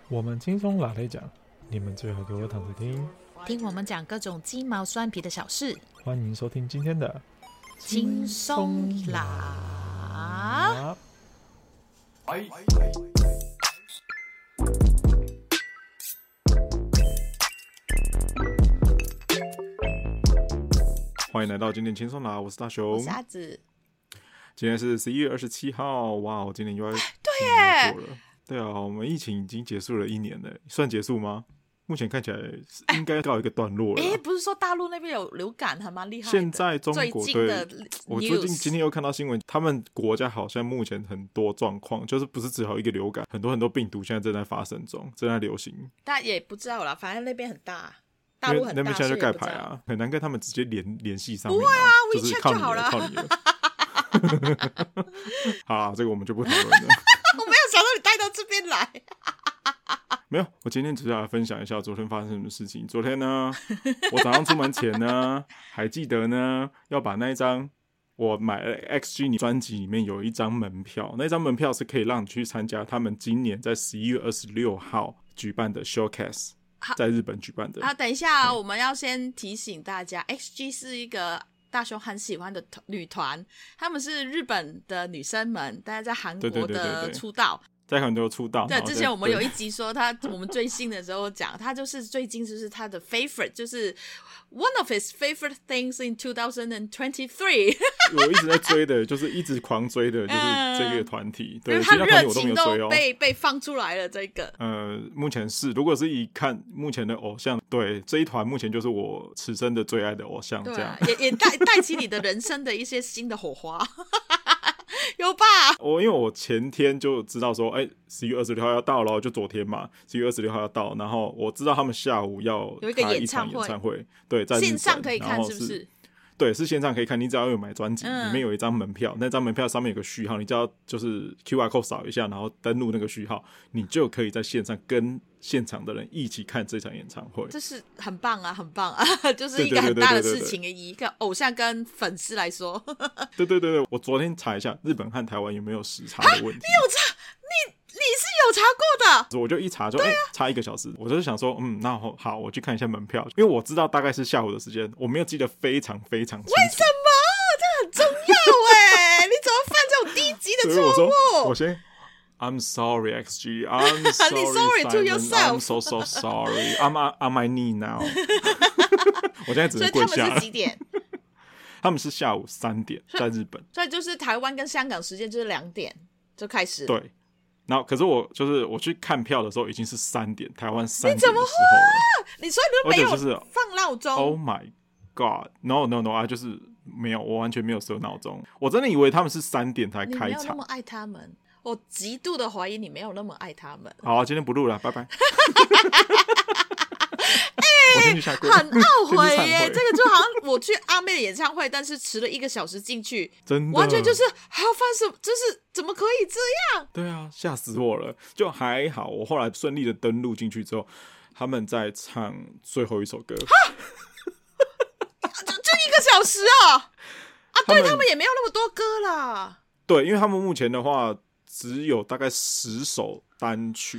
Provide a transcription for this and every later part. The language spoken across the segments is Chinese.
我们轻松拉来讲，你们最好给我躺着听。 听我们讲各种鸡毛蒜皮的小事， 欢迎收听今天的轻松啦。 欢迎来到今天轻松啦，我是大雄， 我是阿紫。 今天是11月27号，哇，今年又要对耶过了。对啊，我们疫情已经结束了1年了，算结束吗？目前看起来应该告一个段落了。 不是说大陆那边有流感还蛮厉害的？ 现在中国对，我最近今天又看到新闻，他们国家好像目前很多状况，就是不是只有一个流感，很多病毒现在正在发生中，正在流行。 大家也不知道啦，反正那边很大，大陆很大， 那边现在就盖牌啊，很难跟他们直接联系上面。 不会啊就是靠你就好了， 靠你了。好啦，这个我们就不讨论了。 我没有想到你带到这边来。 没有，我今天只是来分享一下昨天发生什么事情。昨天呢，我早上出门前呢，还记得呢，要把那一张我买了 XG 专辑里面有一张门票，那张门票是可以让你去参加他们今年在11月26号举办的 Showcase， 在日本举办的。 等一下我们要先提醒大家 ，XG 是一个大雄很喜欢的女团，他们是日本的女生们，大家在韩国的出道。 在很多出道， 对，之前我们有一集说我们追星的时候讲，他就是最近就是他的 favorite， 就是 one of his favorite things in 2023。 我一直在追的，就是一直狂追的，就是这个团体。对， 他热情都追哦， 被放出来了。这个目前是，如果是以看目前的偶像，对这一团目前就是我此生的最爱的偶像，这样也带起你的人生的一些新的火花。有吧？ 因为我前天就知道说，11月26号要到了，就昨天嘛，11月26号要到，然后我知道他们下午要有一个演唱会，对，在线上可以看，是不是？ 对，是线上可以看，你只要有买专辑，里面有一张门票，那张门票上面有个序号，你只要就是 QR code 扫一下，然后登录那个序号，你就可以在线上跟现场的人一起看这场演唱会。 这是很棒啊，很棒啊，就是一个很大的事情，以一个偶像跟粉丝来说。 对，我昨天查一下，日本和台湾有没有时差的问题？ 你有查？你是有查过的？ 我就一查就差1个小时，我就是想说，那好，我去看一下门票，因为我知道大概是下午的时间，我没有记得非常非常清楚。 为什么？这很重要你怎么犯这种低级的错误？ 我先 I'm sorry XG I'm sorry to yourself I'm so sorry I'm on my knee now 我现在只能跪下了。 所以他们是几点？ 他们是下午3点在日本， 所以就是台湾跟香港时间就是2点就开始。 对，然后可是我去看票的时候已经是3点，台湾3点的时候了。 你怎么会？你说你都没有放闹钟 ？Oh my God No 啊，就是没有，我完全没有设闹钟。我真的以为他们是3点才开场。 你没有那么爱他们，我极度的怀疑你没有那么爱他们。 好，今天不录了，拜拜。我先去下跪， 很懊悔耶！这个就好像我去阿妹的演唱会，但是迟了1个小时进去， 真的完全就是还要翻什么，就是怎么可以这样？ 对啊，吓死我了！就还好，我后来顺利的登录进去之后，他们在唱最后一首歌， 就1个小时啊！对，他们也没有那么多歌啦。 对，因为他们目前的话只有大概10首单曲。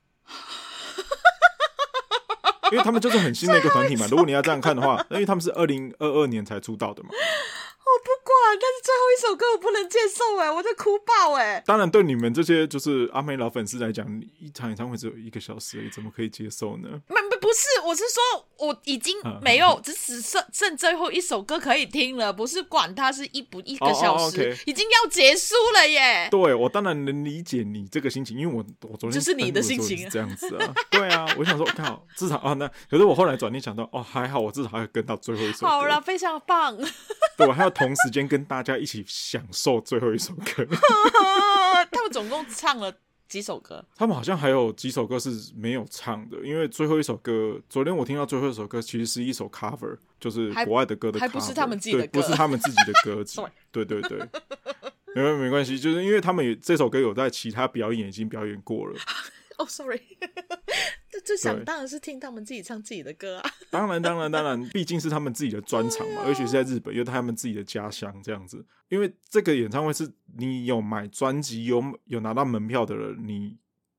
因为他们就是很新的一个团体嘛，如果你要这样看的话，因为他们是2022年才出道的嘛。 我不管，但是最后一首歌我不能接受我在哭爆当然，对你们这些就是阿妹老粉丝来讲，一场演唱会只有1个小时而已，怎么可以接受呢？ 不是，我是说我已经没有，只剩最后一首歌可以听了，不是管它是1个小时，已经要结束了耶。 对，我当然能理解你这个心情，因为我昨天就是你的心情是这样子啊。对啊，我想说，靠，至少那可是我后来转念想到，还好，我至少还要跟到最后一首歌。 好了，非常棒。 对，我还要同时间跟大家一起享受最后一首歌。 他们总共唱了几首歌？ 他们好像还有几首歌是没有唱的，因为最后一首歌，昨天我听到最后一首歌其实是一首 cover， 就是国外的歌的 cover， 还不是他们自己的歌， 对，不是他们自己的歌词。对，没关系，就是因为他们这首歌有在其他表演已经表演过了。 sorry 最想当然是听他们自己唱自己的歌啊。 当然毕竟是他们自己的专场嘛，而且是在日本，因为他们自己的家乡这样子。因为这个演唱会是你有买专辑有拿到门票的人，你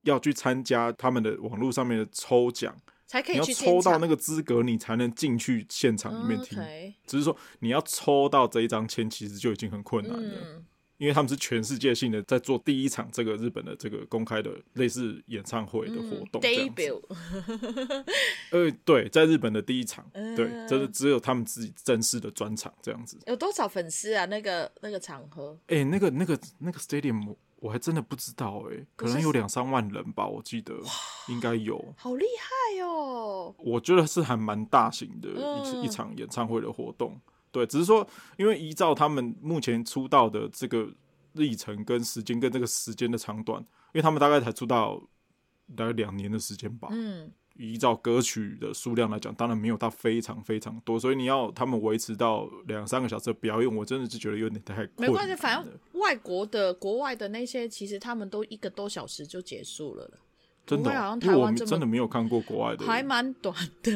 要去参加他们的网络上面的抽奖， 才可以去你要抽到那个资格，你才能进去现场里面听。只是说你要抽到这一张签，其实就已经很困难了。因为他们是全世界性的在做第一场这个日本的这个公开的类似演唱会的活动，debut，对，在日本的第一场，对，这是只有他们自己正式的专场这样子。 有多少粉丝啊？那个场合？ 那个 stadium 我还真的不知道可能有2-3万人吧，我记得应该有。 好厉害哦！ 我觉得是还蛮大型的一场演唱会的活动。对，只是说，因为依照他们目前出道的这个历程跟时间，跟这个时间的长短，因为他们大概才出道大概2年的时间吧。依照歌曲的数量来讲，当然没有到非常非常多，所以你要他们维持到2-3个小时的表演，我真的是觉得有点太困难了。 没关系，反正国外的那些，其实他们都1个多小时就结束了。 真的，因为我真的没有看过国外的， 还蛮短的。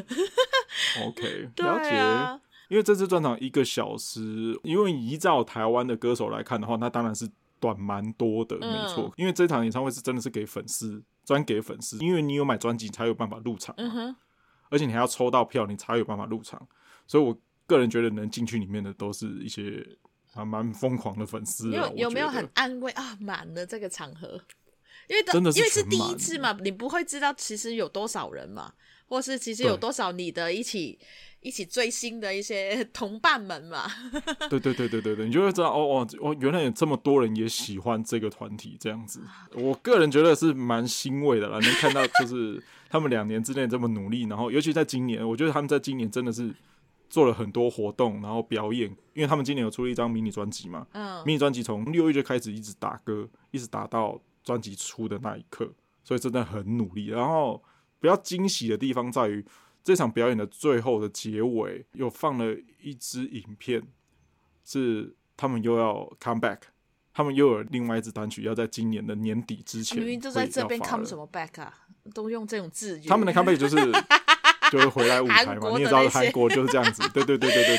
OK， 了解。因为这次专场1个小时，因为依照台湾的歌手来看的话，那当然是短蛮多的，没错。因为这场演唱会是真的是给粉丝，专给粉丝，因为你有买专辑才有办法入场嘛，而且你还要抽到票，你才有办法入场。所以我个人觉得能进去里面的都是一些还蛮疯狂的粉丝。 有没有很安慰啊？满了这个场合，因为是第一次嘛，你不会知道其实有多少人嘛，或是其实有多少你的一起追星的一些同伴们嘛。 对，你就会知道原来有这么多人也喜欢这个团体这样子。我个人觉得是蛮欣慰的啦，能看到就是他们2年之内这么努力，然后尤其在今年，我觉得他们在今年真的是做了很多活动，然后表演，因为他们今年有出了一张迷你专辑嘛，迷你专辑从6月就开始一直打歌，一直打到专辑出的那一刻，所以真的很努力。然后比较惊喜的地方在于，这场表演的最后的结尾有放了一支影片，是他们又要 come back， 他们又有另外一支单曲要在今年的年底之前。 明明就在这边 come 什么 back 啊，都用这种字语。 他们的 come back 就是回来舞台嘛，你也知道韩国就是这样子。对。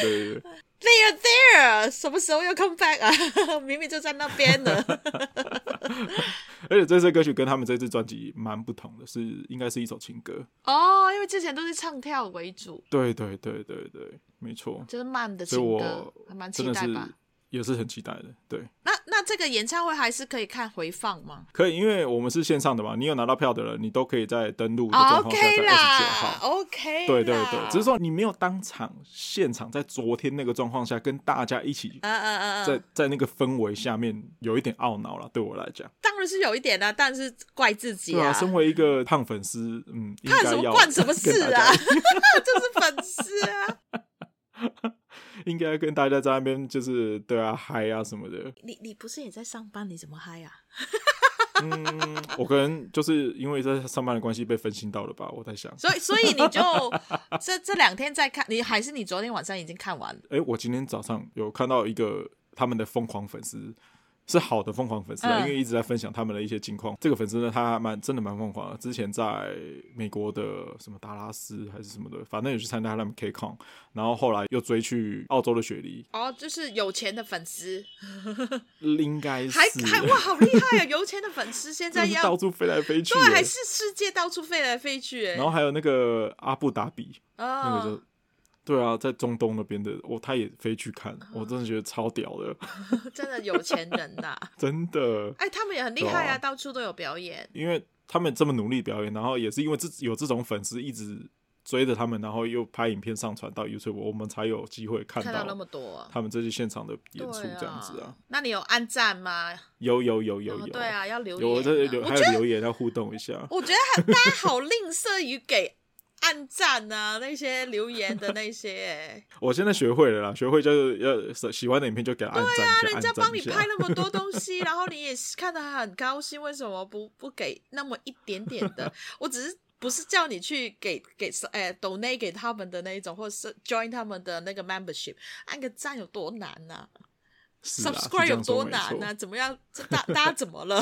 They are there， 什么时候要 come back 啊？明明就在那边呢。 而且这次歌曲跟他们这支专辑蛮不同的，应该是一首情歌因为之前都是唱跳为主。对， 没错， 就是慢的情歌，还蛮期待吧。 也是很期待的，对。 那这个演唱会还是可以看回放吗？ 可以，因为我们是线上的嘛，你有拿到票的人，你都可以在登录的状况下在29号。 OK， 对，只是说你没有当场现场，在昨天那个状况下跟大家一起，在那个氛围下面有一点懊恼了，对我来讲。 当然是有一点啊，但是怪自己啊。 对啊，身为一个胖粉丝，应该要关什么事啊？就是粉丝啊。 应该跟大家在那边就是对啊嗨啊什么的。 你不是也在上班，你怎么嗨啊？ 我可能就是因为在上班的关系被分心到了吧，我在想。 所以你就这2天再看，还是你昨天晚上已经看完了？ 我今天早上有看到一个他们的疯狂粉丝。是好的疯狂粉丝因为一直在分享他们的一些近况。这个粉丝呢，他真的蛮疯狂的。之前在美国的什么达拉斯还是什么的，反正有去参加他们 KCON， 然后后来又追去澳洲的雪梨。 就是有钱的粉丝， 应该是哇，好厉害啊！有钱的粉丝现在要到处飞来飞去， 对，还是世界到处飞来飞去。 然后还有那个阿布达比，那个就。对啊，在中东那边的他也飞去看，我真的觉得超屌的。 真的有钱人呐真的。 他们也很厉害啊，到处都有表演。 因为他们这么努力表演，然后也是因为有这种粉丝一直追着他们，然后又拍影片上传到 YouTube， 我们才有机会看到那么多他们这些现场的演出这样子啊。 那你有按赞吗？ 有。 对啊，要留言还有留言要互动一下。 我觉得大家好吝啬于给按赞啊，那些留言的那些我现在学会了啦，学会就是要喜欢的影片就给他按赞一下。 对啊，人家帮你拍那么多东西，然后你也看得很高兴，为什么不给那么一点点的？我只是不是叫你去给donate 给他们的那一种，或者是 join 他们的那个 membership， 按个赞有多难啊？subscribe 有多难啊？怎么样？大家怎么了？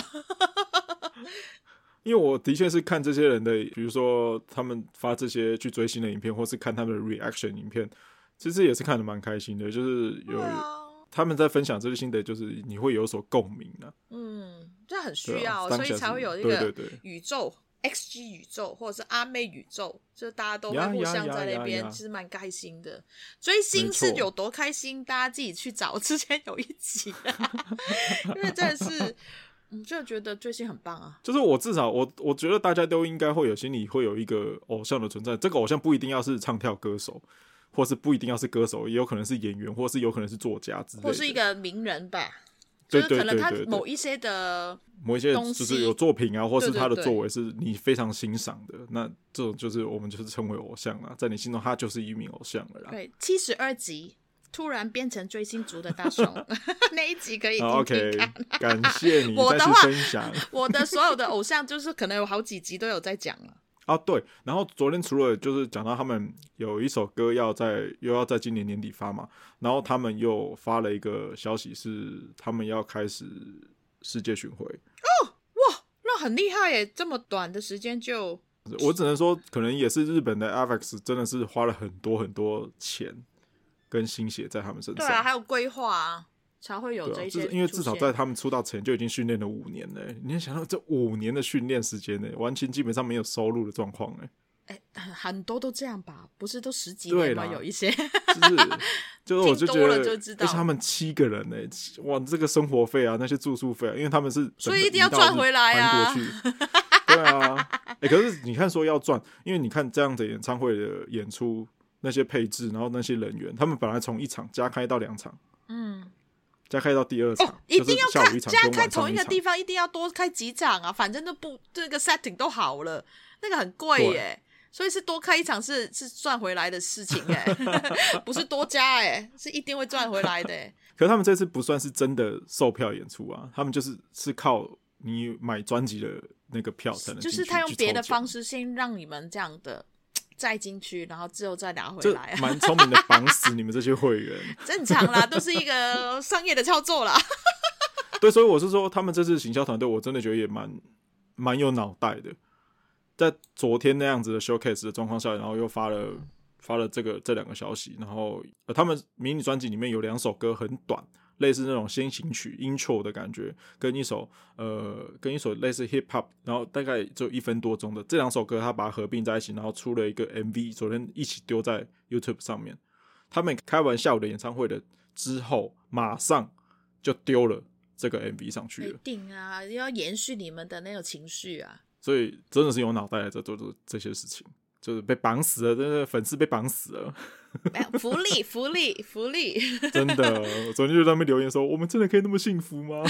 因为我的确是看这些人的，比如说他们发这些去追星的影片，或是看他们的 reaction 影片，其实也是看得蛮开心的。就是他们在分享这些心得，就是你会有所共鸣啊。 这很需要， 对啊， 所以才会有一个对对对宇宙。XG 宇宙或者是阿妹宇宙，就大家都会互相在那边，其实蛮开心的。追星是有多开心，大家自己去找。之前有一集、因为真的是，就觉得追星很棒啊。 就是我至少我觉得大家都应该会有心里会有一个偶像的存在，这个偶像不一定要是唱跳歌手，或是不一定要是歌手，也有可能是演员，或是有可能是作家之类的， 或是一个名人吧。就是可能他某一些就是有作品啊，或是他的作为是你非常欣赏的，那这种就是我们就是称为偶像啦，在你心中他就是一名偶像了啦。 对，72集突然变成追星族的大雄那一集可以听听看。 OK， 感谢你再次分享。 我的所有的偶像就是可能有好几集都有在讲了。 啊，对，然后昨天除了就是讲到他们有一首歌又要在今年年底发嘛，然后他们又发了一个消息是他们要开始世界巡回。 哦，哇，那很厉害耶，这么短的时间就…… 我只能说，可能也是日本的 Avex 真的是花了很多很多钱跟心血在他们身上。 对啊，还有规划啊。才会有这些、 就是因为至少在他们出道前就已经训练了5年了，你要想到这5年的训练时间呢，完全基本上没有收入的状况很多都这样吧，不是都10几年吗？有一些就是我就觉得， 就知道而且他们7个人呢，哇，这个生活费啊，那些住宿费啊，因为他们是所以一定要赚回来啊， 对啊，可是你看说要赚，因为你看这样的演唱会的演出那些配置，然后那些人员，他们本来从1场加开到2场，加开到第2场， 一定要下午1场加开同一个地方，一定要多开几场啊！反正这个 setting 都好了，那个很贵耶，所以是多开1场是赚回来的事情耶，不是多加耶，是一定会赚回来的耶。 可是他们这次不算是真的售票演出啊，他们是靠你买专辑的那个票才能进去， 就是他用别的方式先让你们这样的再进去，然后之后再拿回来， 这蛮聪明的绑死你们这些会员。 正常啦，都是一个商业的操作啦。 对，所以我是说，他们这次行销团队，我真的觉得也蛮有脑袋的。在昨天那样子的 showcase 的状况下，然后又发了这2个消息，然后他们迷你专辑里面有2首歌很短，类似那种先行曲 intro 的感觉，跟一首类似 hip hop， 然后大概只有1分多钟的这2首歌，他把它合并在一起，然后出了一个 MV， 昨天一起丢在 YouTube 上面。他们开完下午的演唱会的之后，马上就丢了这个 MV 上去了。 一定啊，要延续你们的那种情绪啊。 所以真的是有脑袋在做这些事情，就是被绑死了，真的粉丝被绑死了。 福利真的，我昨天就在那边留言说，我们真的可以那么幸福吗？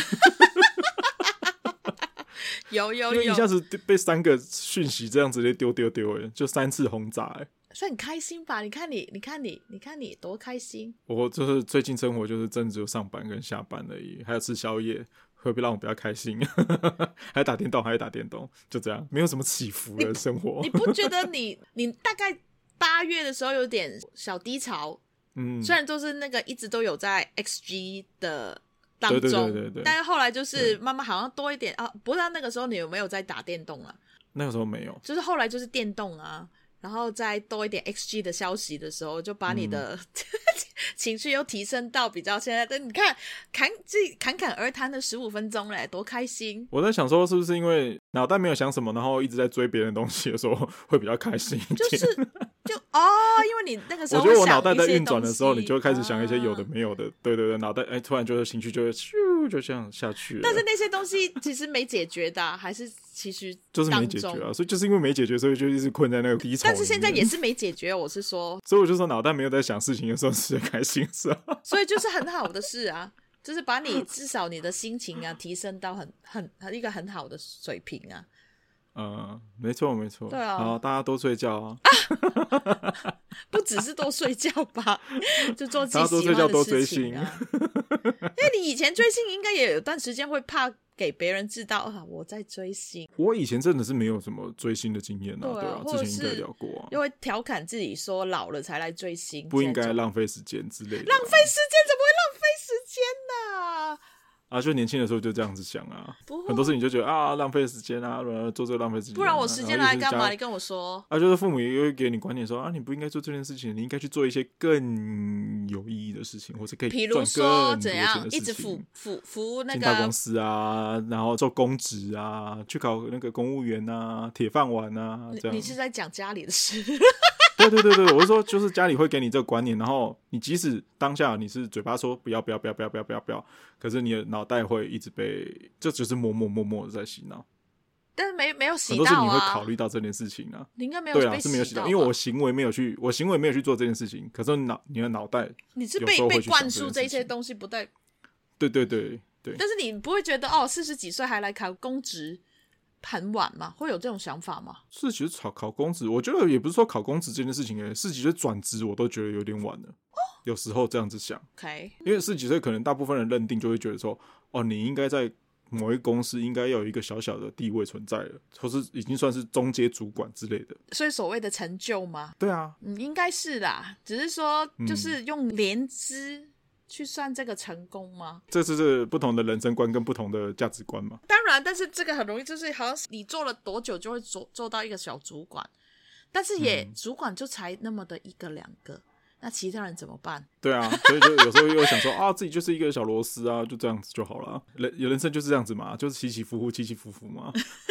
有， 因为一下子被3个讯息这样直接丢，就3次轰炸， 所以很开心吧？你看你多开心！ 我就是最近生活就是真的只有上班跟下班而已，还有吃宵夜，会不会让我比较开心？还打电动，就这样，没有什么起伏的生活。 你不觉得你大概8月的时候有点小低潮？虽然都是那个一直都有在 XG 的当中，对，但是后来就是慢慢好像多一点啊。不知道那个时候你有没有在打电动啊？ 那个时候没有， 就是后来就是电动啊。然后再多一点 XG 的消息的时候，就把你的情绪又提升到比较现在的。你看侃侃而谈的15分钟嘞，多开心！ 我在想说，是不是因为脑袋没有想什么，然后一直在追别人的东西的时候，会比较开心一点？ 因为你那个时候我觉得我脑袋在运转的时候，你就会开始想一些有的没有的。对，脑袋突然就是情绪就会咻就这样下去了。 但是那些东西其实没解决的还是其实就是没解决啊，所以就是因为没解决，所以就一直困在那个低潮。 但是现在也是没解决，我是说， 所以我就说脑袋没有在想事情的时候是开心的时候， 所以就是很好的事啊，就是把你至少你的心情啊提升到一个很好的水平啊。 没错， 对啊， 然后大家多睡觉啊， 不只是多睡觉吧，就做自己喜欢的事情啊。大家多睡觉多追星， 因为你以前追星应该也有段时间会怕给别人知道我在追星。 我以前真的是没有什么追星的经验啊，对啊，之前应该聊过啊， 又会调侃自己说老了才来追星， 不应该浪费时间之类的。 浪费时间怎么会浪费时间呢？ 啊，就年轻的时候就这样子想啊， 不会很多事情就觉得啊浪费时间啊，做这个浪费时间、啊， 不然我时间拿来干嘛？你跟我说啊，就是父母也会给你观念说啊，你不应该做这件事情，你应该去做一些更有意义的事情，或是可以比如赚更说多钱怎样的事情。 一直服那进大公个， 司啊，然后做公职啊，去考那个公务员啊，铁饭碗啊，这样。 你是在讲家里的事？ 对对对对，我是说，就是家里会给你这个观念，然后你即使当下你是嘴巴说不要不要不要不要不要不要不要，可是你的脑袋会一直被，就只是默默的在洗脑。 但是没有洗很多事你会到啊， 考虑到这件事情啊。 你应该没有对啊， 被是没有洗到， 洗到吧， 因为我行为没有去做这件事情，可是你的脑袋你是有时候会去灌想输这些这件事情东西不对， 对对对对， 但是你不会觉得哦，40几岁还来考公职很晚吗？会有这种想法吗？ 是其实考公职，我觉得也不是说考公职这件事情，四十几岁转职我都觉得有点晚了。有时候这样子想， OK， 因为40几岁可能大部分人认定就会觉得说，哦，你应该在某一个公司应该要有一个小小的地位存在了，或是已经算是中阶主管之类的。 所以所谓的成就吗？ 对啊， 应该是啦，只是说就是用年资去算这个成功吗？ 这是不同的人生观跟不同的价值观嘛。 当然，但是这个很容易就是好像你做了多久就会做到一个小主管，但是也主管就才那么的一个两个，那其他人怎么办？ 对啊，所以就有时候又想说啊，自己就是一个小螺丝啊，就这样子就好了。人生就是这样子嘛，就是起起伏伏嘛。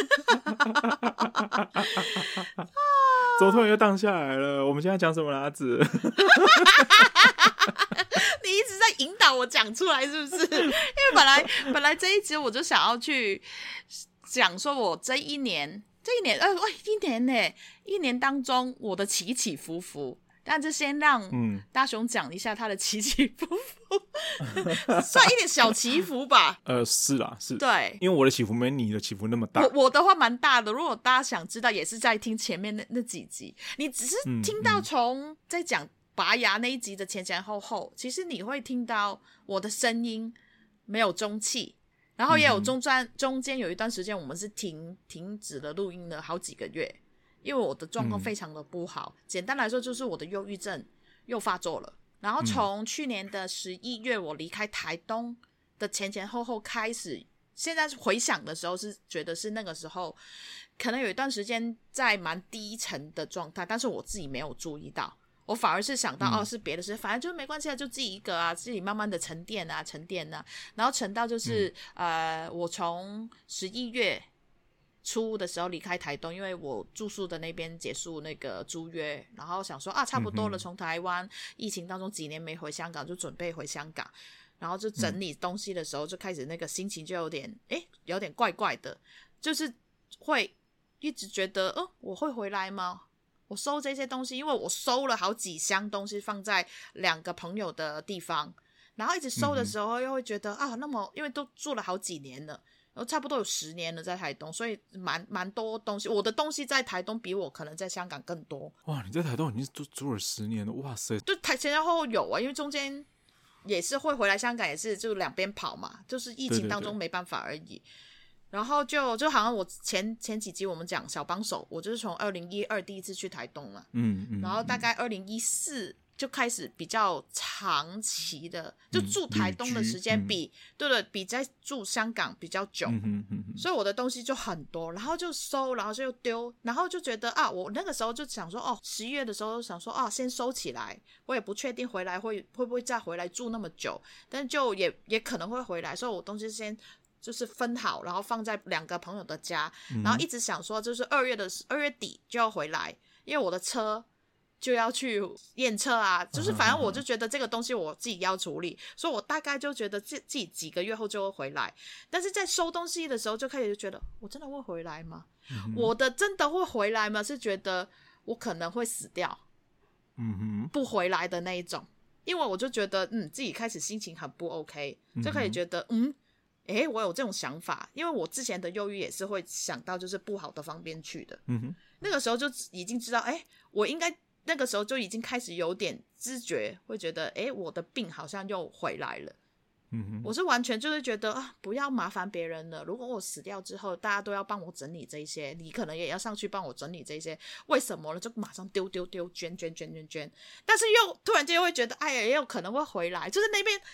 怎么突然又荡下来了？我们现在讲什么啦子？ 你一直在引导我讲出来，是不是？因为本来这一集我就想要去讲说，我这一年一年当中我的起起伏伏。但就先让大雄讲一下他的起起伏伏，算一点小起伏吧。 是啦，是。 对， 因为我的起伏没你的起伏那么大。 我的话蛮大的，如果大家想知道，也是在听前面那几集。你只是听到从在讲拔牙那一集的前后，其实你会听到我的声音没有中气，然后也有中间有一段时间我们是停止了录音了好几个月。因为我的状况非常的不好，简单来说就是我的忧郁症又发作了。然后从去年的11月我离开台东的前后开始，现在回想的时候是觉得是那个时候可能有一段时间在蛮低沉的状态，但是我自己没有注意到，我反而是想到是别的事，反正就没关系啊，就自己一个啊，自己慢慢的沉淀啊，然后沉到就是我从11月初的时候离开台东，因为我住宿的那边结束那个租约，然后想说差不多了，从台湾疫情当中几年没回香港，就准备回香港，然后就整理东西的时候就开始那个心情就有点怪怪的，就是会一直觉得我会回来吗？我收这些东西，因为我收了好几箱东西放在2个朋友的地方，然后一直收的时候又会觉得那么因为都住了好几年了，然后差不多有10年了在台东，所以蛮多东西，我的东西在台东比我可能在香港更多。 哇，你在台东已经住了10年了，哇塞！ 就前后有因为中间也是会回来香港，也是就两边跑嘛，就是疫情当中没办法而已。对对对，然后就好像我前几集我们讲小帮手，我就是从2012第一次去台东嘛，然后大概2014就开始比较长期的，就住台东的时间比在住香港比较久，所以我的东西就很多，然后就收，然后就丢，然后就觉得我那个时候就想说11月的时候想说先收起来，我也不确定回来会不会再回来住那么久，但就也可能会回来，所以我东西先就是分好，然后放在2个朋友的家，然后一直想说就是2月底就要回来，因为我的车就要去验车啊，就是反正我就觉得这个东西我自己要处理，所以我大概就觉得自己几个月后就会回来，但是在收东西的时候就开始就觉得我真的会回来吗？我的真的会回来吗？是觉得我可能会死掉，不回来的那一种，因为我就觉得自己开始心情很不 OK， 就开始觉得我有这种想法，因为我之前的忧郁也是会想到就是不好的方面去的，那个时候就已经知道我应该那个时候就已经开始有点知觉，会觉得我的病好像又回来了，我是完全就是觉得不要麻烦别人了，如果我死掉之后大家都要帮我整理这些，你可能也要上去帮我整理这些，为什么呢？就马上丢捐，但是又突然间又会觉得也有可能会回来，就是那边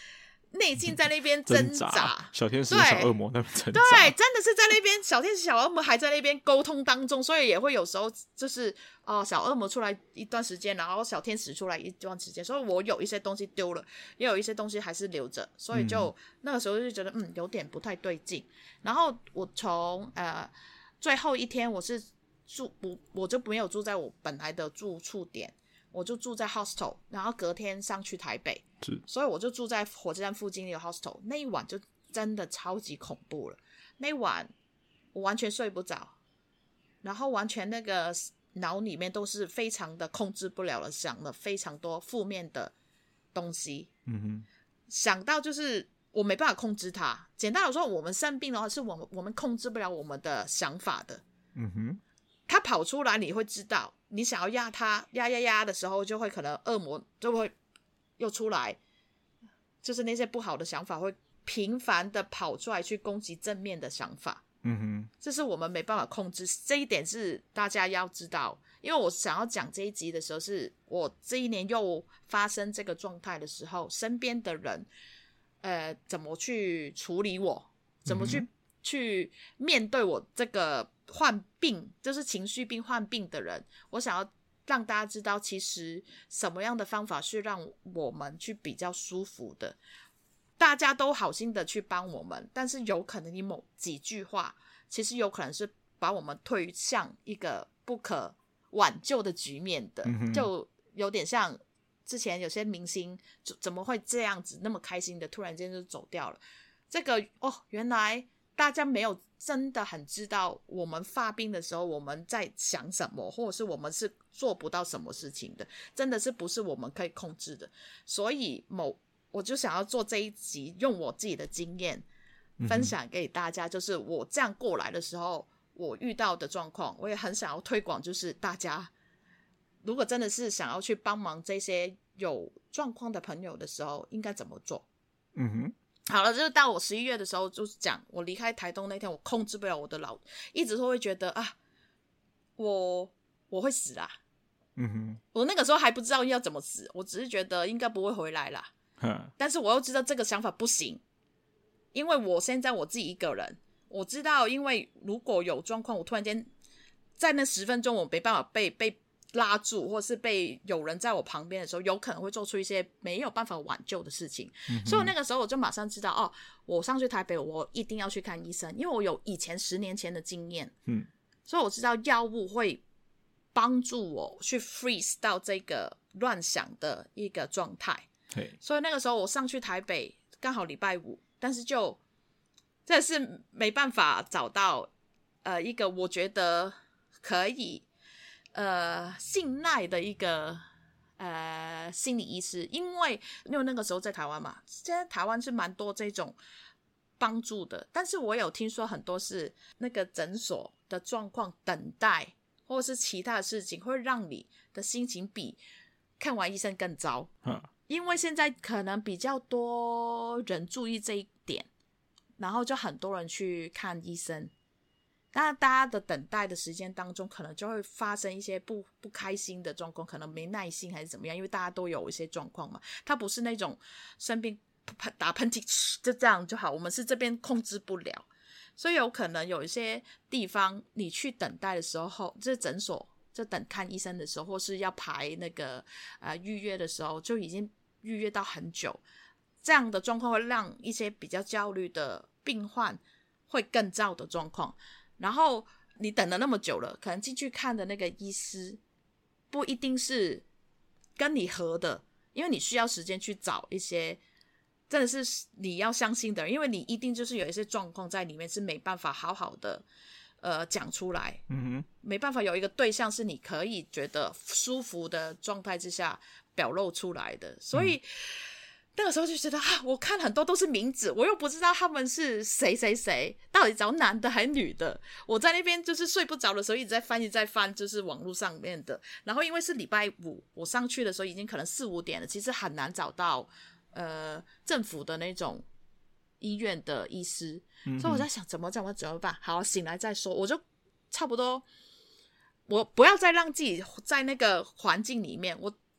内心在那边挣扎， 小天使小恶魔那边挣扎， 对，真的是在那边小天使小恶魔还在那边沟通当中，所以也会有时候就是小恶魔出来一段时间，然后小天使出来一段时间，所以我有一些东西丢了，也有一些东西还是留着，所以就那个时候就觉得有点不太对劲。然后我从最后一天我就没有住在我本来的住处点，我就住在 hostel， 然后隔天上去台北，所以我就住在火车站附近的 hostel。那一晚就真的超级恐怖了，那一晚我完全睡不着，然后完全那个脑里面都是非常的控制不了了，想了非常多负面的东西。想到就是我没办法控制它。简单来说，我们生病的话是我们控制不了我们的想法的。它跑出来你会知道，你想要压它压的时候，就会可能恶魔就会又出来，就是那些不好的想法会频繁的跑出来去攻击正面的想法。这是我们没办法控制，这一点是大家要知道。因为我想要讲这一集的时候，是我这一年又发生这个状态的时候，身边的人怎么去处理我，怎么去面对我这个患病，就是情绪病患病的人。我想要让大家知道，其实什么样的方法是让我们去比较舒服的。大家都好心的去帮我们，但是有可能你某几句话其实有可能是把我们推向一个不可挽救的局面的。就有点像之前有些明星怎么会这样子那么开心的突然间就走掉了。这个原来大家没有真的很知道我们发病的时候我们在想什么，或者是我们是做不到什么事情的，真的是不是我们可以控制的。所以我就想要做这一集，用我自己的经验分享给大家，就是我这样过来的时候我遇到的状况。我也很想要推广，就是大家如果真的是想要去帮忙这些有状况的朋友的时候应该怎么做。好了，就是到我11月的时候，就是讲我离开台东那天，我控制不了我的一直都会觉得我会死啦。我那个时候还不知道要怎么死，我只是觉得应该不会回来啦。但是我又知道这个想法不行，因为我现在我自己一个人，我知道因为如果有状况，我突然间在那10分钟我没办法被拉住，或是被有人在我旁边的时候，有可能会做出一些没有办法挽救的事情。所以那个时候我就马上知道我上去台北我一定要去看医生，因为我有以前10年前的经验。所以我知道药物会帮助我去 freeze 到这个乱想的一个状态。所以那个时候我上去台北刚好礼拜5，但是就真的是没办法找到一个我觉得可以信赖的一个心理医师。因为那个时候在台湾嘛，现在台湾是蛮多这种帮助的，但是我有听说很多是那个诊所的状况等待或者是其他的事情会让你的心情比看完医生更糟。因为现在可能比较多人注意这一点，然后就很多人去看医生。那大家的等待的时间当中，可能就会发生一些不开心的状况，可能没耐心还是怎么样，因为大家都有一些状况嘛。它不是那种生病打喷嚏就这样就好，我们是这边控制不了。所以有可能有一些地方你去等待的时候，这诊所就等看医生的时候，或是要排那个预约的时候，就已经预约到很久。这样的状况会让一些比较焦虑的病患会更糟的状况。然后你等了那么久了，可能进去看的那个医师不一定是跟你合的，因为你需要时间去找一些真的是你要相信的人，因为你一定就是有一些状况在里面是没办法好好的讲出来。没办法有一个对象是你可以觉得舒服的状态之下表露出来的。所以那个时候就觉得我看很多都是名字，我又不知道他们是谁到底找男的还是女的。我在那边就是睡不着的时候一直在翻就是网络上面的。然后因为是礼拜5我上去的时候已经可能4、5点了，其实很难找到政府的那种医院的医师。所以我在想怎么办，好醒来再说。我就差不多我不要再让自己在那个环境里面，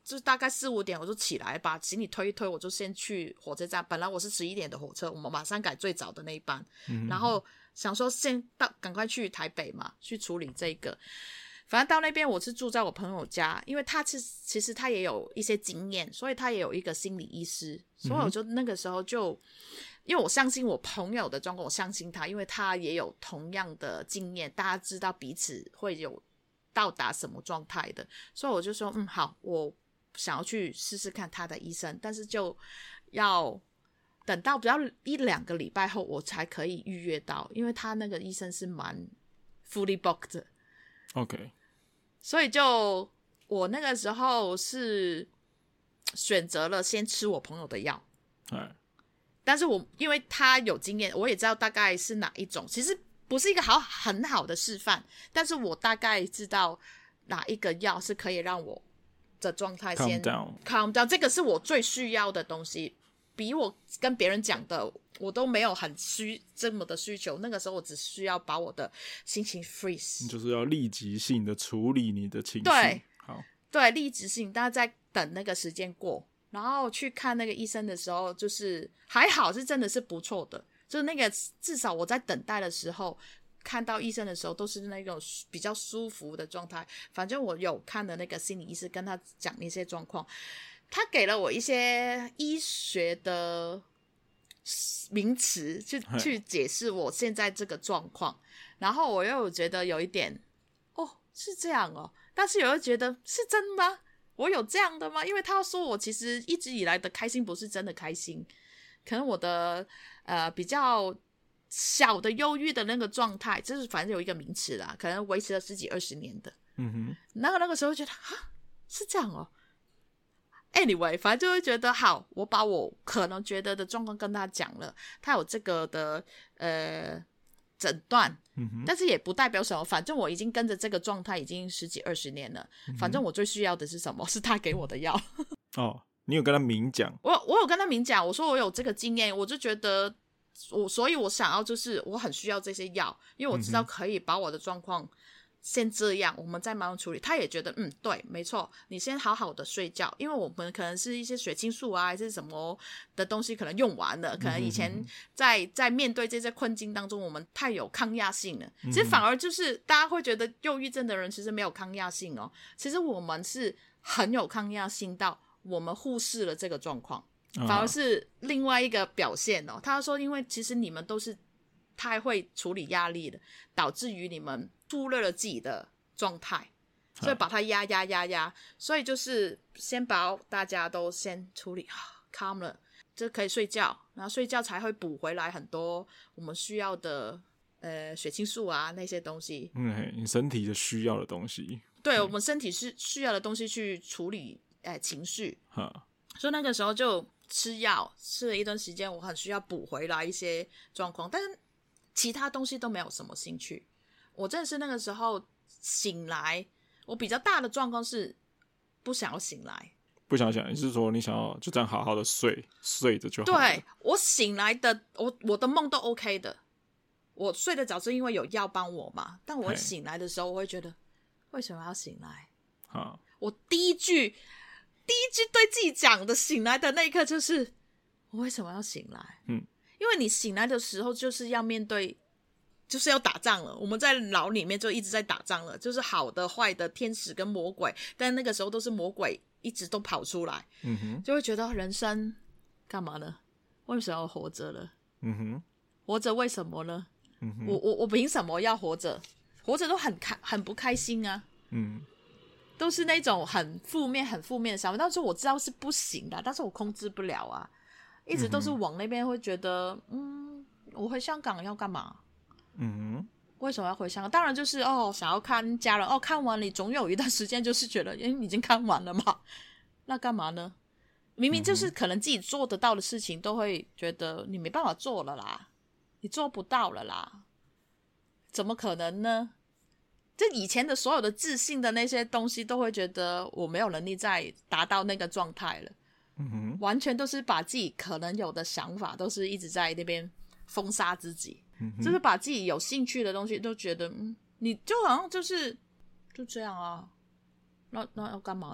就大概4、5点我就起来把行李推一推，我就先去火车站。本来我是11点的火车，我们马上改最早的那一班，然后想说先赶快去台北嘛，去处理这个。反正到那边我是住在我朋友家，因为他其实他也有一些经验，所以他也有一个心理医师，所以我就那个时候就因为我相信我朋友的状况，我相信他，因为他也有同样的经验，大家知道彼此会有到达什么状态的，所以我就说好，我想要去试试看他的医生，但是就要等到比较1-2个礼拜后我才可以预约到，因为他那个医生是蛮 fully booked 的。 OK， 所以就我那个时候是选择了先吃我朋友的药，但是我因为他有经验，我也知道大概是哪一种，其实不是一个很好的示范，但是我大概知道哪一个药是可以让我的状态先 calm down， 这个是我最需要的东西，比我跟别人讲的我都没有很这么的需求，那个时候我只需要把我的心情 freeze， 你就是要立即性的处理你的情绪。 对， 好， 对，立即性，大家在等那个时间过，然后去看那个医生的时候，就是还好是真的是不错的，就是那个至少我在等待的时候看到医生的时候都是那种比较舒服的状态。反正我有看的那个心理医师跟他讲一些状况，他给了我一些医学的名词去解释我现在这个状况，然后我又觉得有一点是这样但是又觉得是真吗？我有这样的吗？因为他说我其实一直以来的开心不是真的开心，可能我的比较小的忧郁的那个状态，就是反正有一个名词啦，可能维持了10几20年的。然后那个时候觉得是这样Anyway， 反正就会觉得好，我把我可能觉得的状况跟他讲了，他有这个的诊断，但是也不代表什么，反正我已经跟着这个状态已经10几20年了，反正我最需要的是什么？是他给我的药。 你有跟他明讲？ 我有跟他明讲，我说我有这个经验，我就觉得所以我想要就是我很需要这些药，因为我知道可以把我的状况先这样，我们再慢慢处理。他也觉得对，没错，你先好好的睡觉，因为我们可能是一些血清素啊还是什么的东西可能用完了，可能以前在面对这些困境当中我们太有抗压性了，其实反而就是大家会觉得忧郁症的人其实没有抗压性其实我们是很有抗压性到我们忽视了这个状况，反而是另外一个表现他说因为其实你们都是太会处理压力的，导致于你们忽略了自己的状态，所以把它压，所以就是先把大家都先处理好 calm 了，就可以睡觉，然后睡觉才会补回来很多我们需要的血清素啊那些东西， 你身体的需要的东西， 对，我们身体是需要的东西去处理情绪，所以那个时候就吃药，吃了一段时间，我很需要补回来一些状况，但是其他东西都没有什么兴趣。我真的是那个时候醒来，我比较大的状况是不想要醒来， 不想想，你是说你想要就这样好好的睡着就好了？ 对，我醒来的我的梦都 OK 的，我睡得着是因为有药帮我嘛，但我醒来的时候我会觉得为什么要醒来？我第一句对自己讲的醒来的那一刻就是我为什么要醒来？因为你醒来的时候就是要面对，就是要打仗了，我们在脑里面就一直在打仗了，就是好的坏的天使跟魔鬼，但那个时候都是魔鬼一直都跑出来，就会觉得人生干嘛呢？为什么要活着了？活着为什么呢？我凭什么要活着？活着都很不开心啊，都是那种很负面的想法，但是我知道是不行的，但是我控制不了啊，一直都是往那边会觉得我回香港要干嘛？为什么要回香港？当然就是想要看家人，看完你总有一段时间就是觉得已经看完了嘛，那干嘛呢？明明就是可能自己做得到的事情都会觉得你没办法做了啦，你做不到了啦，怎么可能呢？就以前的所有的自信的那些东西都会觉得我没有能力再达到那个状态了，完全都是把自己可能有的想法都是一直在那边封杀自己，就是把自己有兴趣的东西都觉得你就好像就这样啊，那要干嘛呢？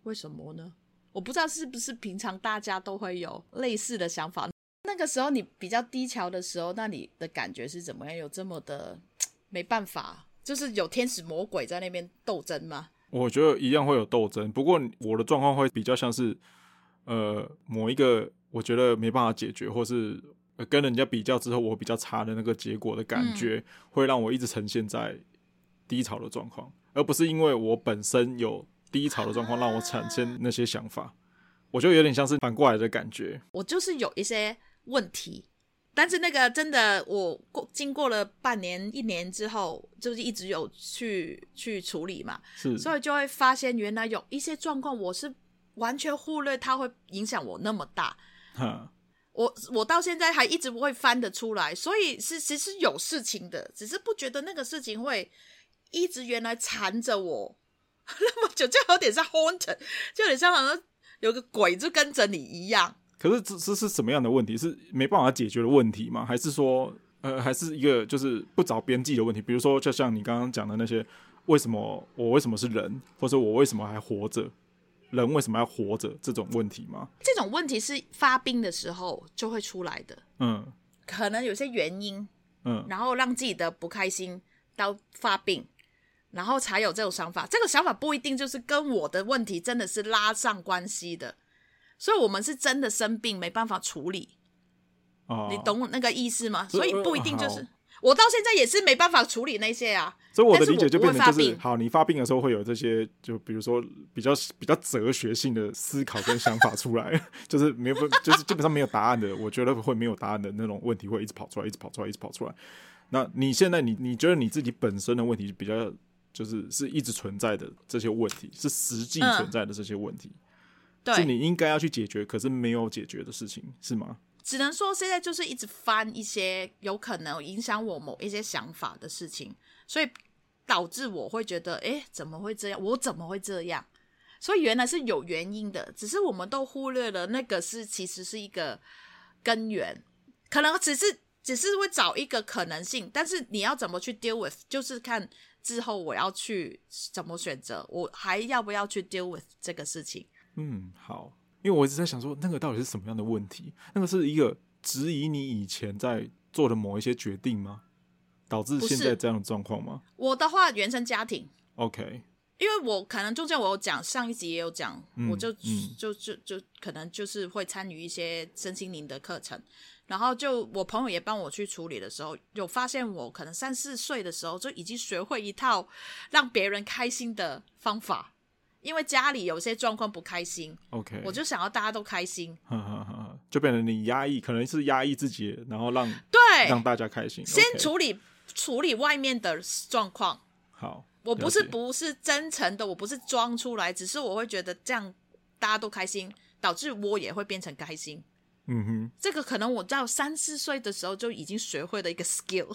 为什么呢？我不知道是不是平常大家都会有类似的想法。那个时候你比较低潮的时候，那你的感觉是怎么样？有这么的没办法，就是有天使魔鬼在那边斗争吗？ 我觉得一样会有斗争，不过我的状况会比较像是某一个我觉得没办法解决，或是跟人家比较之后我比较差的那个结果的感觉，会让我一直呈现在低潮的状况，而不是因为我本身有低潮的状况让我产生那些想法。我觉得有点像是反过来的感觉。 我就是有一些问题，但是那个真的我经过了半年1年之后，就是一直有去处理嘛， 是， 所以就会发现原来有一些状况我是完全忽略它会影响我那么大。我到现在还一直不会翻得出来，所以其实有事情的，只是不觉得那个事情会一直原来缠着我那么久，就有点像 haunted， 就有点像好像有个鬼就跟着你一样。 可是这是什么样的问题？是没办法解决的问题吗？还是说还是一个就是不着边际的问题？比如说就像你刚刚讲的那些，我为什么是人，或者我为什么还活着，人为什么要活着这种问题吗？ 这种问题是发病的时候就会出来的。可能有些原因，然后让自己的不开心到发病，然后才有这种想法。这个想法不一定就是跟我的问题真的是拉上关系的，所以我们是真的生病没办法处理。你懂那个意思吗？所以不一定就是我到现在也是没办法处理那些啊。 所以我的理解就变成就是好，你发病的时候会有这些，就比如说比较哲学性的思考跟想法出来，就是没有，就是基本上没有答案的，我觉得会没有答案的那种问题会一直跑出来，一直跑出来，一直跑出来。那你现在你觉得你自己本身的问题比较是一直存在的这些问题，是实际存在的这些问题， 对， 是你应该要去解决可是没有解决的事情，是吗？ 只能说现在就是一直翻一些有可能影响我某一些想法的事情，所以导致我会觉得怎么会这样，我怎么会这样，所以原来是有原因的，只是我们都忽略了那个其实是一个根源，可能只是会找一个可能性，但是你要怎么去 deal with 就是看之后我要去怎么选择，我还要不要去 deal with 这个事情。 好，因为我一直在想说那个到底是什么样的问题，那个是一个质疑你以前在做的某一些决定吗？导致现在这样的状况吗？ 我的话原生家庭 OK， 因为我可能中间我有讲，上一集也有讲，我就可能就是会参与一些身心灵的课程，然后就我朋友也帮我去处理的时候，有发现我可能3、4岁的时候就已经学会一套让别人开心的方法，因为家里有些状况不开心 OK， 我就想要大家都开心， 就变成你压抑，可能是压抑自己，然后让大家开心， 先 OK， 处理外面的状况。 好， 我不是真诚的，我不是装出来，只是我会觉得这样大家都开心，导致我也会变成开心。这个可能我到3、4岁的时候就已经学会了一个 skill。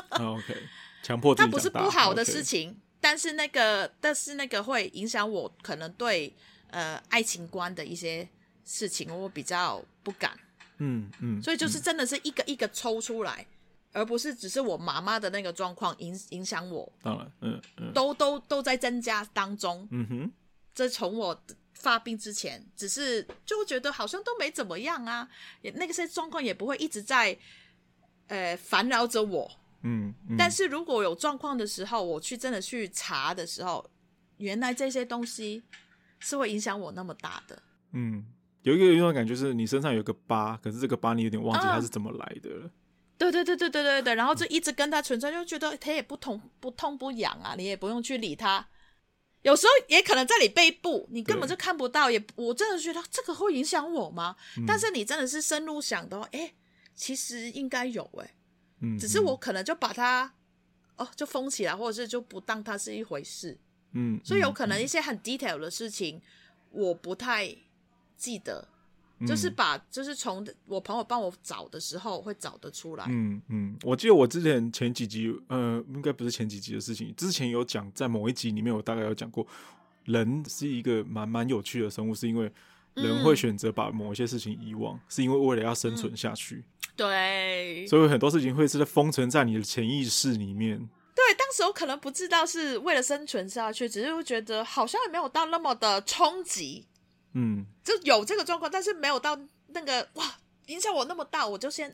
OK， 强迫自己长大， 它不是不好的事情， OK， 但是那个会影响我可能对爱情观的一些事情，我比较不敢。所以就是真的是一个一个抽出来。而不是只是我妈妈的那个状况影响我，当然，都在增加当中。这从我发病之前，只是就觉得好像都没怎么样啊，那些状况也不会一直在烦扰着我。但是如果有状况的时候，我真的去查的时候，原来这些东西是会影响我那么大的。 有一种感觉是你身上有个疤，可是这个疤你有点忘记它是怎么来的了。 对，然后就一直跟他存在，就觉得他也不痛不痒啊，你也不用去理他。有时候也可能在你背部，你根本就看不到，我真的觉得这个会影响我吗？但是你真的是深入想的话，其实应该有只是我可能就把它就封起来，或者是就不当它是一回事。所以有可能一些很 detail 的事情我不太记得。就是从我朋友帮我找的时候会找得出来。 我记得我之前前几集应该不是前几集的事情，之前有讲，在某一集里面我大概有讲过，人是一个蛮有趣的生物，是因为人会选择把某一些事情遗忘，是因为为了要生存下去。 对， 所以很多事情会是封存在你的潜意识里面。 对， 对，当时我可能不知道是为了生存下去，只是会觉得好像也没有到那么的冲击，就有这个状况，但是没有到那个哇影响我那么大，我就先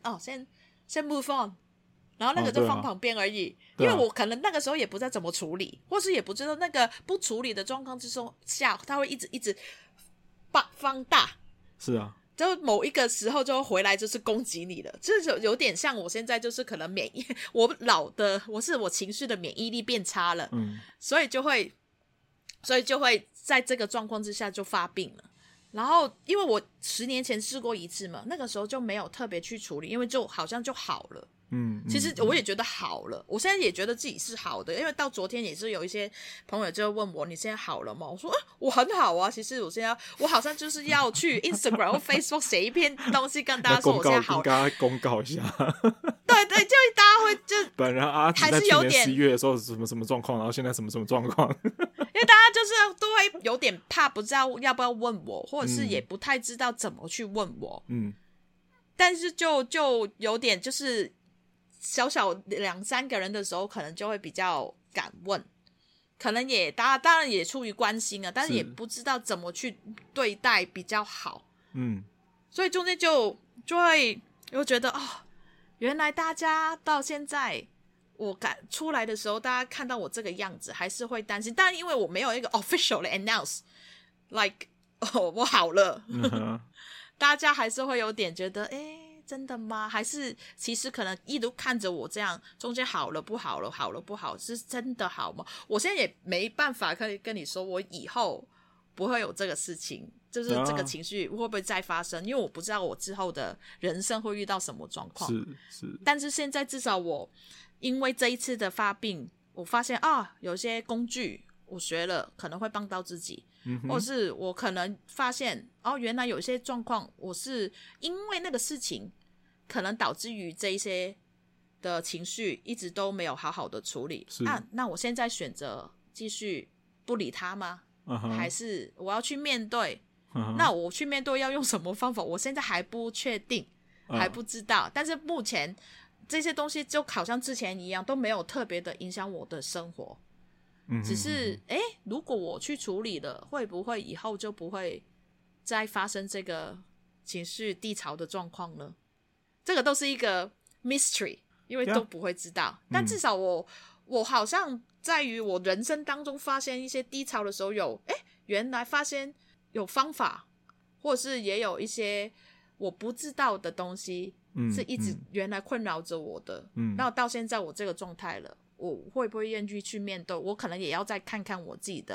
move on， 然后那个就放旁边而已，因为我可能那个时候也不知道怎么处理，或是也不知道那个不处理的状况之下，它会一直放大， 是啊。 就某一个时候就回来就是攻击你了，就是有点像我现在就是可能我情绪的免疫力变差了，所以就会在这个状况之下就发病了。然后因为我10年前试过一次嘛，那个时候就没有特别去处理，因为就好像就好了。其实我也觉得好了，我现在也觉得自己是好的，因为到昨天也是有一些朋友就问我你现在好了吗？我说我很好啊，其实我好像就是要去 Instagram 或 Facebook 写一篇东西跟大家说我现在好了， 应该公告一下。 对，就大家会就本人阿紫在去年11月的时候什么什么状况，然后现在什么什么状况。 因为大家就是都会有点怕，不知道要不要问我，或者是也不太知道怎么去问我，但是就有点就是小小2-3个人的时候，可能就会比较敢问，可能也当然也出于关心啊，但是也不知道怎么去对待比较好，所以中间就会觉得原来大家到现在我出来的时候，大家看到我这个样子还是会担心，但因为我没有一个 official 的 announce like 我好了，大家还是会有点觉得真的吗？还是其实可能一路看着我这样，中间好了不好了，好了不好，是真的好吗？我现在也没办法可以跟你说我以后不会有这个事情，就是这个情绪会不会再发生，因为我不知道我之后的人生会遇到什么状况。 是， 但是现在至少我因为这一次的发病，我发现有些工具我学了可能会帮到自己，或是我可能发现原来有些状况我是因为那个事情可能导致于这一些的情绪一直都没有好好的处理，那我现在选择继续不理他吗？还是我要去面对？那我去面对要用什么方法？我现在还不确定，还不知道，但是目前这些东西就好像之前一样都没有特别的影响我的生活，只是如果我去处理了，会不会以后就不会再发生这个情绪低潮的状况呢？这个都是一个 mystery， 因为都不会知道，但至少我好像在于我人生当中发现一些低潮的时候原来发现有方法，或者是也有一些我不知道的东西是一直原来困扰着我的，那到现在我这个状态了，我会不会愿意去面对？我可能也要再看看我自己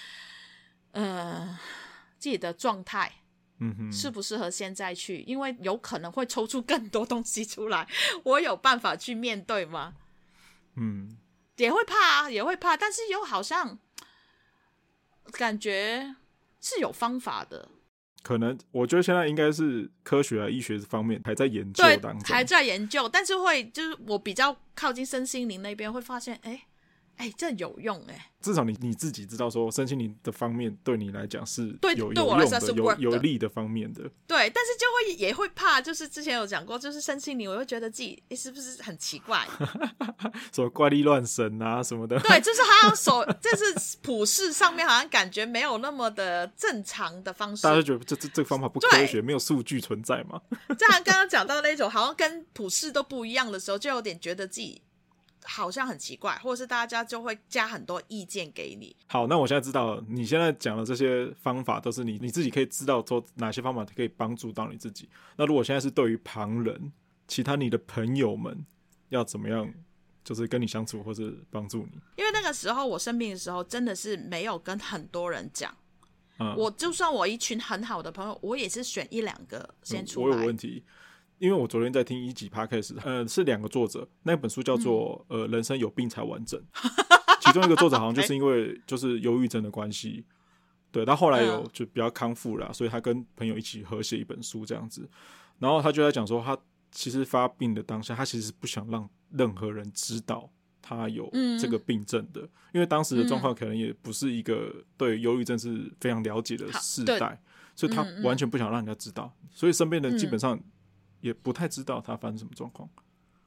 的状态适不适合现在去，因为有可能会抽出更多东西出来，我有办法去面对吗？也会怕，但是又好像感觉是有方法的。 可能我觉得现在应该是科学啊医学方面还在研究当中， 还在研究，但是就是我比较靠近身心灵那边会发现这有用至少你自己知道说身心灵的方面对你来讲是有对我来说是有利的方面的。 对，但是也会怕，就是之前有讲过，就是身心灵，我会觉得自己是不是很奇怪， 什么怪力乱神啊什么的。 对，就是好像就是普世上面好像感觉没有那么的正常的方式， 大家就觉得这个方法不科学，没有数据存在嘛。 这样刚刚讲到那种好像跟普世都不一样的时候，就有点觉得自己好像很奇怪，或者是大家就会加很多意见给你。 好，那我现在知道了，你现在讲的这些方法都是你自己可以知道说哪些方法可以帮助到你自己。那如果现在是对于旁人，其他你的朋友们要怎么样就是跟你相处或是帮助你？ 因为那个时候我生病的时候真的是没有跟很多人讲，我就算我一群很好的朋友，我也是选1-2个先出来。 我有问题，因为我昨天在听一集 podcast，是2个作者，那本书叫做人生有病才完整。其中一个作者好像就是因为就是忧郁症的关系，对，他后来有就比较康复啦，所以他跟朋友一起合写一本书这样子。然后他就在讲说，他其实发病的当下，他其实不想让任何人知道他有这个病症的，因为当时的状况可能也不是一个对忧郁症是非常了解的世代，所以他完全不想让人家知道，所以身边人基本上也不太知道他发生什么状况。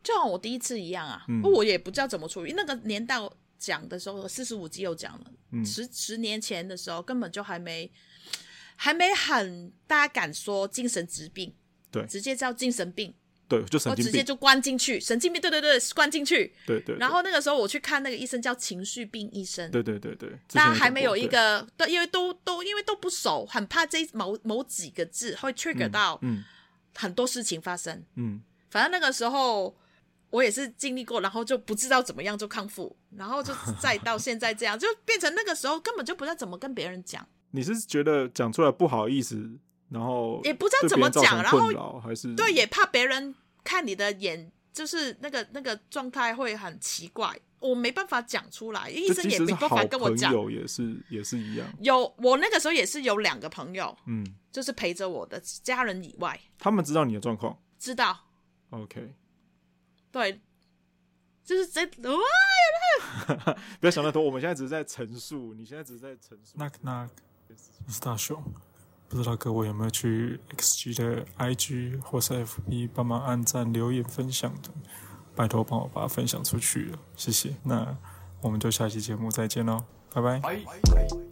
就像我第一次一样啊，我也不知道怎么处理。那个年代讲的时候，45集有讲了，10年前的时候根本就还没很大家敢说精神疾病， 对， 直接叫精神病。 对，就神经病， 直接就关进去，神经病，对，关进去， 对。 然后那个时候我去看那个医生叫情绪病医生， 对， 大家还没有一个，对，因为都不熟，很怕这某几个字会 trigger 到很多事情发生。反正那个时候我也是经历过，然后就不知道怎么样就康复，然后就再到现在这样，就变成那个时候根本就不知道怎么跟别人讲。 你是觉得讲出来不好意思？然后也不知道怎么讲，然后还是对，也怕别人看你的眼，就是那个状态会很奇怪，我没办法讲出来，医生也没办法跟我讲。 朋友也是一样。 我那个时候也是有2个朋友，就是陪着我的家人以外， 他们知道你的状况， 知道。 OK， 对，就是不要想太多，我们现在只是在陈述，你现在只是在陈述。 Knock knock， 我是大雄。不知道各位有没有去 XG 的 IG 或是 FB 帮忙按赞、留言、分享的？拜托帮我把它分享出去了，谢谢。那我们就下期节目再见喽，拜拜。